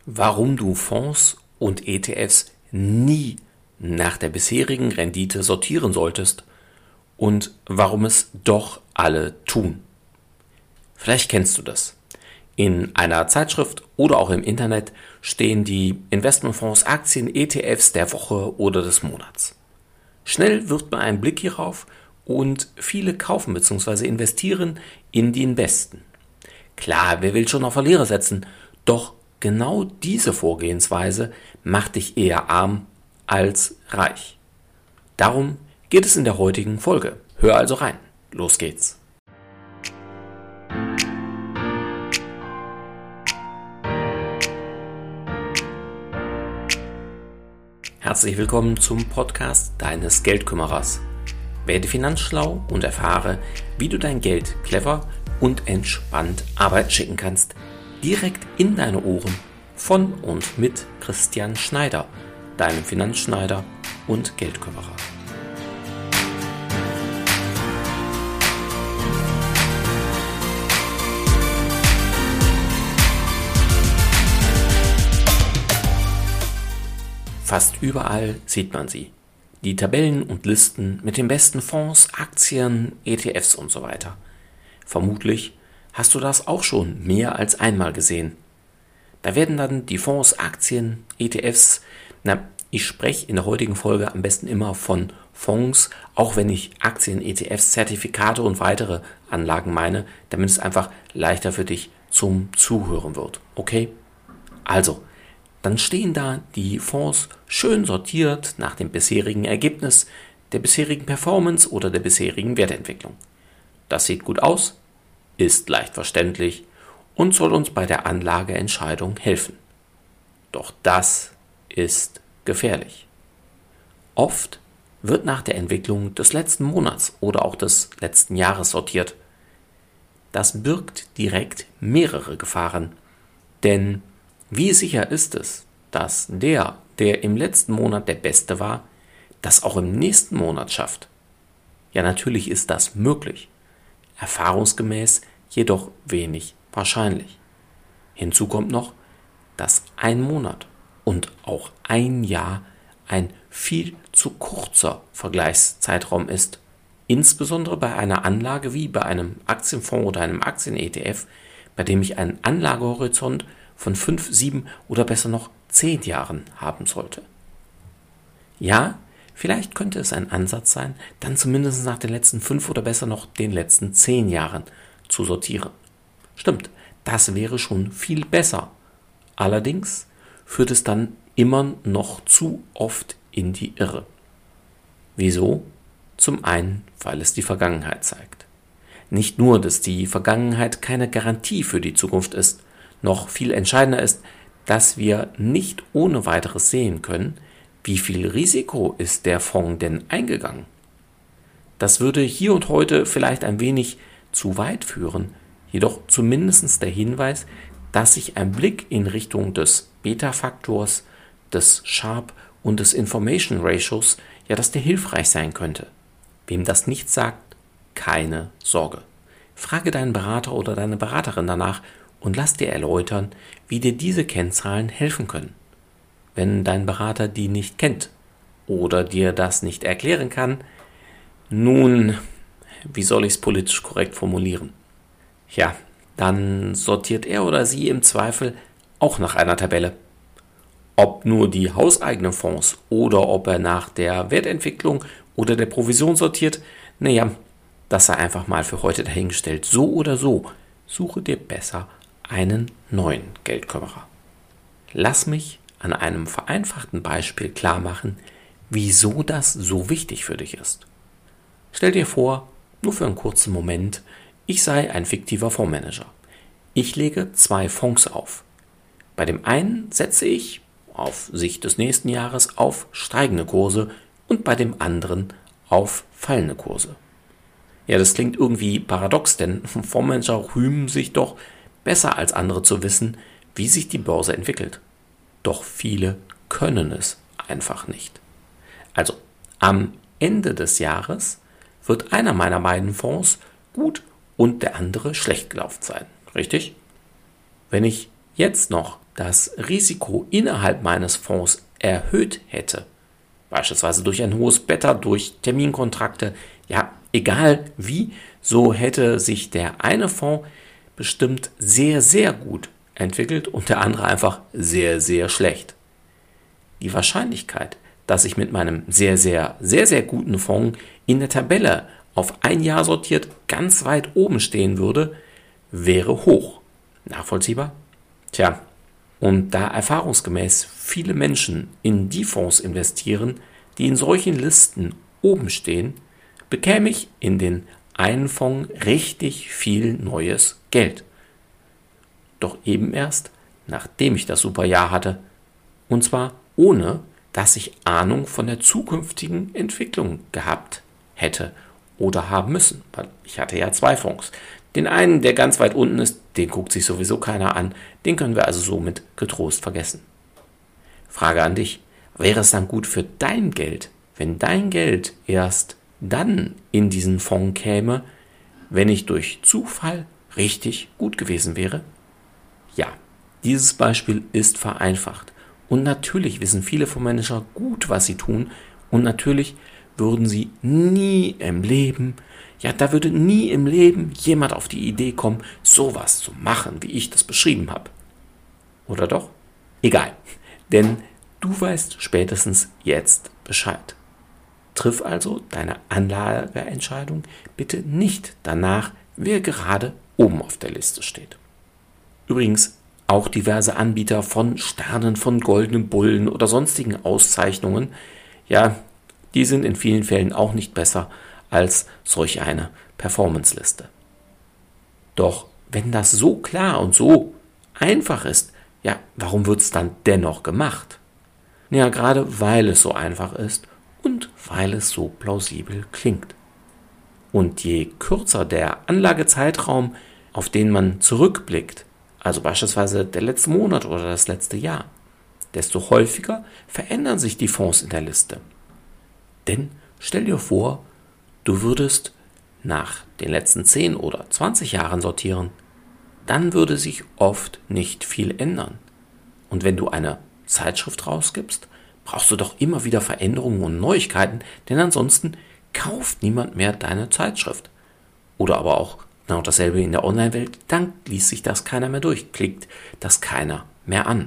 Warum du Fonds und ETFs nie nach der bisherigen Rendite sortieren solltest und warum es doch alle tun. Vielleicht kennst du das. In einer Zeitschrift oder auch im Internet stehen die Investmentfonds, Aktien, ETFs der Woche oder des Monats. Schnell wirft man einen Blick hierauf und viele kaufen bzw. investieren in den besten. Klar, wer will schon auf Verlierer setzen, doch genau diese Vorgehensweise macht dich eher arm als reich. Darum geht es in der heutigen Folge. Hör also rein. Los geht's. Herzlich willkommen zum Podcast deines Geldkümmerers. Werde finanzschlau und erfahre, wie du dein Geld clever und entspannt Arbeit schicken kannst. Direkt in deine Ohren von und mit Christian Schneider, deinem Finanzschneider und Geldkümmerer. Fast überall sieht man sie. Die Tabellen und Listen mit den besten Fonds, Aktien, ETFs und so weiter. Vermutlich hast du das auch schon mehr als einmal gesehen. Da werden dann die Fonds, Aktien, ETFs, ich spreche in der heutigen Folge am besten immer von Fonds, auch wenn ich Aktien, ETFs, Zertifikate und weitere Anlagen meine, damit es einfach leichter für dich zum Zuhören wird. Okay? Also, dann stehen da die Fonds schön sortiert nach dem bisherigen Ergebnis, der bisherigen Performance oder der bisherigen Wertentwicklung. Das sieht gut aus, ist leicht verständlich und soll uns bei der Anlageentscheidung helfen. Doch das ist gefährlich. Oft wird nach der Entwicklung des letzten Monats oder auch des letzten Jahres sortiert. Das birgt direkt mehrere Gefahren, denn wie sicher ist es, dass der im letzten Monat der Beste war, das auch im nächsten Monat schafft? Ja, natürlich ist das möglich. Erfahrungsgemäß jedoch wenig wahrscheinlich. Hinzu kommt noch, dass ein Monat und auch ein Jahr ein viel zu kurzer Vergleichszeitraum ist. Insbesondere bei einer Anlage wie bei einem Aktienfonds oder einem Aktien-ETF, bei dem ich einen Anlagehorizont von 5, 7 oder besser noch 10 Jahren haben sollte. Ja, vielleicht könnte es ein Ansatz sein, dann zumindest nach den letzten 5 oder besser noch den letzten 10 Jahren zu sortieren. Stimmt, das wäre schon viel besser. Allerdings führt es dann immer noch zu oft in die Irre. Wieso? Zum einen, weil es die Vergangenheit zeigt. Nicht nur, dass die Vergangenheit keine Garantie für die Zukunft ist, noch viel entscheidender ist, dass wir nicht ohne weiteres sehen können, wie viel Risiko ist der Fonds denn eingegangen. Das würde hier und heute vielleicht ein wenig zu weit führen, jedoch zumindest der Hinweis, dass sich ein Blick in Richtung des Beta-Faktors, des Sharpe und des Information Ratios, ja, dass der hilfreich sein könnte. Wem das nichts sagt, keine Sorge. Frage deinen Berater oder deine Beraterin danach und lass dir erläutern, wie dir diese Kennzahlen helfen können. Wenn dein Berater die nicht kennt oder dir das nicht erklären kann, nun, wie soll ich es politisch korrekt formulieren? Ja, dann sortiert er oder sie im Zweifel auch nach einer Tabelle. Ob nur die hauseigenen Fonds oder ob er nach der Wertentwicklung oder der Provision sortiert, das sei einfach mal für heute dahingestellt. So oder so, suche dir besser einen neuen Geldkümmerer. Lass mich an einem vereinfachten Beispiel klar machen, wieso das so wichtig für dich ist. Stell dir vor, nur für einen kurzen Moment, ich sei ein fiktiver Fondsmanager. Ich lege 2 Fonds auf. Bei dem einen setze ich auf Sicht des nächsten Jahres auf steigende Kurse und bei dem anderen auf fallende Kurse. Ja, das klingt irgendwie paradox, denn Fondsmanager rühmen sich doch, besser als andere zu wissen, wie sich die Börse entwickelt. Doch viele können es einfach nicht. Also, am Ende des Jahres wird einer meiner beiden Fonds gut und der andere schlecht gelaufen sein. Richtig? Wenn ich jetzt noch das Risiko innerhalb meines Fonds erhöht hätte, beispielsweise durch ein hohes Beta, durch Terminkontrakte, ja, egal wie, so hätte sich der eine Fonds bestimmt sehr, sehr gut entwickelt und der andere einfach sehr, sehr schlecht. Die Wahrscheinlichkeit, dass ich mit meinem sehr, sehr, sehr, sehr guten Fonds in der Tabelle auf ein Jahr sortiert ganz weit oben stehen würde, wäre hoch. Nachvollziehbar? Tja, und da erfahrungsgemäß viele Menschen in die Fonds investieren, die in solchen Listen oben stehen, bekäme ich in den einen Fonds richtig viel neues Geld. Doch eben erst, nachdem ich das super Jahr hatte. Und zwar ohne, dass ich Ahnung von der zukünftigen Entwicklung gehabt hätte oder haben müssen. Weil ich hatte ja 2 Fonds. Den einen, der ganz weit unten ist, den guckt sich sowieso keiner an. Den können wir also somit getrost vergessen. Frage an dich. Wäre es dann gut für dein Geld, wenn dein Geld erst dann in diesen Fonds käme, wenn ich durch Zufall richtig gut gewesen wäre? Ja, dieses Beispiel ist vereinfacht. Und natürlich wissen viele Fondsmanager gut, was sie tun. Und natürlich würden sie nie im Leben, ja, da würde nie im Leben jemand auf die Idee kommen, sowas zu machen, wie ich das beschrieben habe. Oder doch? Egal, denn du weißt spätestens jetzt Bescheid. Triff also deine Anlageentscheidung bitte nicht danach, wer gerade oben auf der Liste steht. Übrigens, auch diverse Anbieter von Sternen, von goldenen Bullen oder sonstigen Auszeichnungen, ja, die sind in vielen Fällen auch nicht besser als solch eine Performance-Liste. Doch wenn das so klar und so einfach ist, ja, warum wird es dann dennoch gemacht? Ja, gerade weil es so einfach ist und weil es so plausibel klingt. Und je kürzer der Anlagezeitraum, auf den man zurückblickt, also beispielsweise der letzte Monat oder das letzte Jahr, desto häufiger verändern sich die Fonds in der Liste. Denn stell dir vor, du würdest nach den letzten 10 oder 20 Jahren sortieren, dann würde sich oft nicht viel ändern. Und wenn du eine Zeitschrift rausgibst, brauchst du doch immer wieder Veränderungen und Neuigkeiten, denn ansonsten kauft niemand mehr deine Zeitschrift. Oder aber auch genau dasselbe in der Online-Welt, dann liest sich das keiner mehr durch, klickt das keiner mehr an.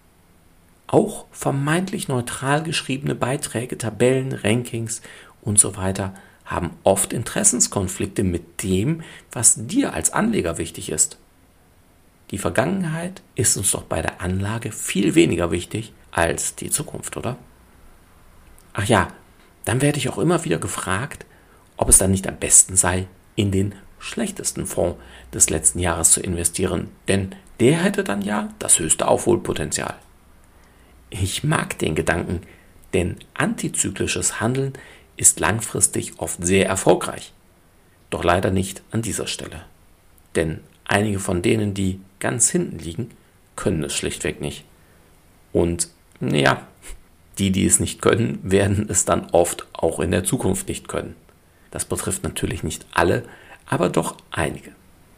Auch vermeintlich neutral geschriebene Beiträge, Tabellen, Rankings und so weiter haben oft Interessenskonflikte mit dem, was dir als Anleger wichtig ist. Die Vergangenheit ist uns doch bei der Anlage viel weniger wichtig als die Zukunft, oder? Ach ja, dann werde ich auch immer wieder gefragt, ob es dann nicht am besten sei, in den schlechtesten Fonds des letzten Jahres zu investieren, denn der hätte dann ja das höchste Aufholpotenzial. Ich mag den Gedanken, denn antizyklisches Handeln ist langfristig oft sehr erfolgreich. Doch leider nicht an dieser Stelle. Denn einige von denen, die ganz hinten liegen, können es schlichtweg nicht. Und ja, die es nicht können, werden es dann oft auch in der Zukunft nicht können. Das betrifft natürlich nicht alle, aber doch einige.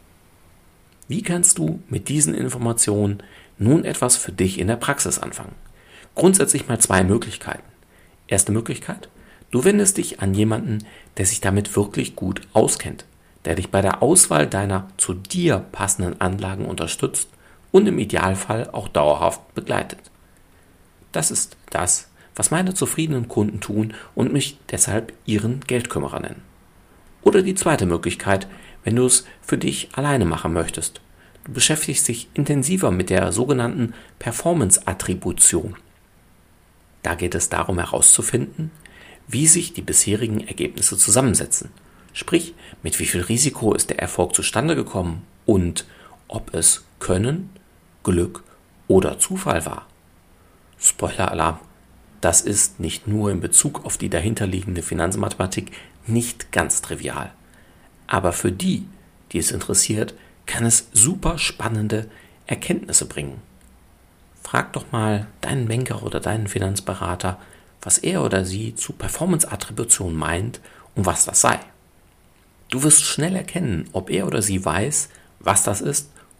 Wie kannst du mit diesen Informationen nun etwas für dich in der Praxis anfangen? Grundsätzlich mal 2 Möglichkeiten. Erste Möglichkeit: Du wendest dich an jemanden, der sich damit wirklich gut auskennt, der dich bei der Auswahl deiner zu dir passenden Anlagen unterstützt und im Idealfall auch dauerhaft begleitet. Das ist das, was meine zufriedenen Kunden tun und mich deshalb ihren Geldkümmerer nennen. Oder die zweite Möglichkeit, wenn du es für dich alleine machen möchtest. Du beschäftigst dich intensiver mit der sogenannten Performance-Attribution. Da geht es darum herauszufinden, wie sich die bisherigen Ergebnisse zusammensetzen. Sprich, mit wie viel Risiko ist der Erfolg zustande gekommen und ob es Können, Glück oder Zufall war. Spoiler-Alarm, das ist nicht nur in Bezug auf die dahinterliegende Finanzmathematik nicht ganz trivial. Aber für die es interessiert, kann es super spannende Erkenntnisse bringen. Frag doch mal deinen Banker oder deinen Finanzberater, was er oder sie zu Performance-Attribution meint und was das sei. Du wirst schnell erkennen, ob er oder sie weiß, was das ist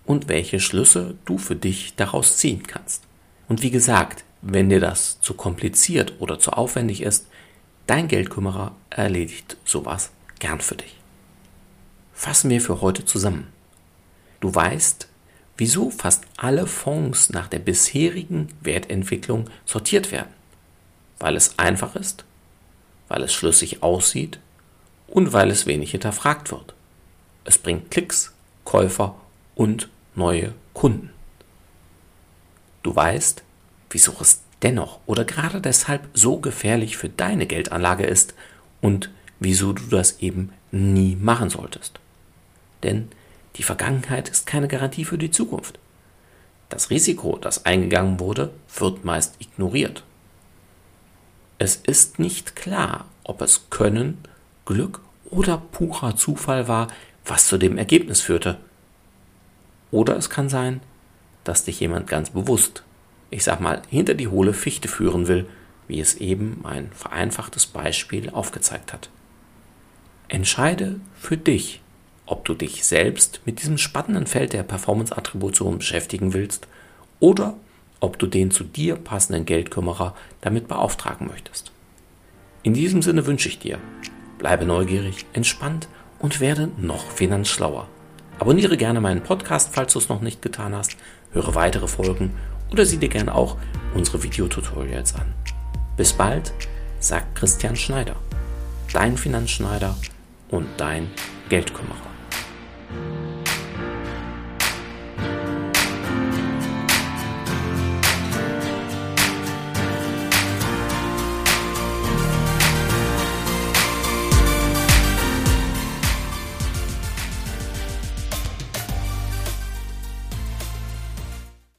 und welche Schlüsse du für dich daraus ziehen kannst. Und wie gesagt, wenn dir das zu kompliziert oder zu aufwendig ist, dein Geldkümmerer erledigt sowas gern für dich. Fassen wir für heute zusammen. Du weißt, wieso fast alle Fonds nach der bisherigen Wertentwicklung sortiert werden. Weil es einfach ist, weil es schlüssig aussieht und weil es wenig hinterfragt wird. Es bringt Klicks, Käufer und neue Kunden. Du weißt, wieso es dennoch oder gerade deshalb so gefährlich für deine Geldanlage ist und wieso du das eben nie machen solltest. Denn die Vergangenheit ist keine Garantie für die Zukunft. Das Risiko, das eingegangen wurde, wird meist ignoriert. Es ist nicht klar, ob es Können, Glück oder purer Zufall war, was zu dem Ergebnis führte. Oder es kann sein, dass dich jemand ganz bewusst, ich sag mal, hinter die hohle Fichte führen will, wie es eben mein vereinfachtes Beispiel aufgezeigt hat. Entscheide für dich, ob du dich selbst mit diesem spannenden Feld der Performance-Attribution beschäftigen willst oder ob du den zu dir passenden Geldkümmerer damit beauftragen möchtest. In diesem Sinne wünsche ich dir, bleibe neugierig, entspannt und werde noch finanzschlauer. Abonniere gerne meinen Podcast, falls du es noch nicht getan hast, höre weitere Folgen oder sieh dir gerne auch unsere Videotutorials an. Bis bald, sagt Christian Schneider, dein Finanzschneider und dein Geldkümmerer.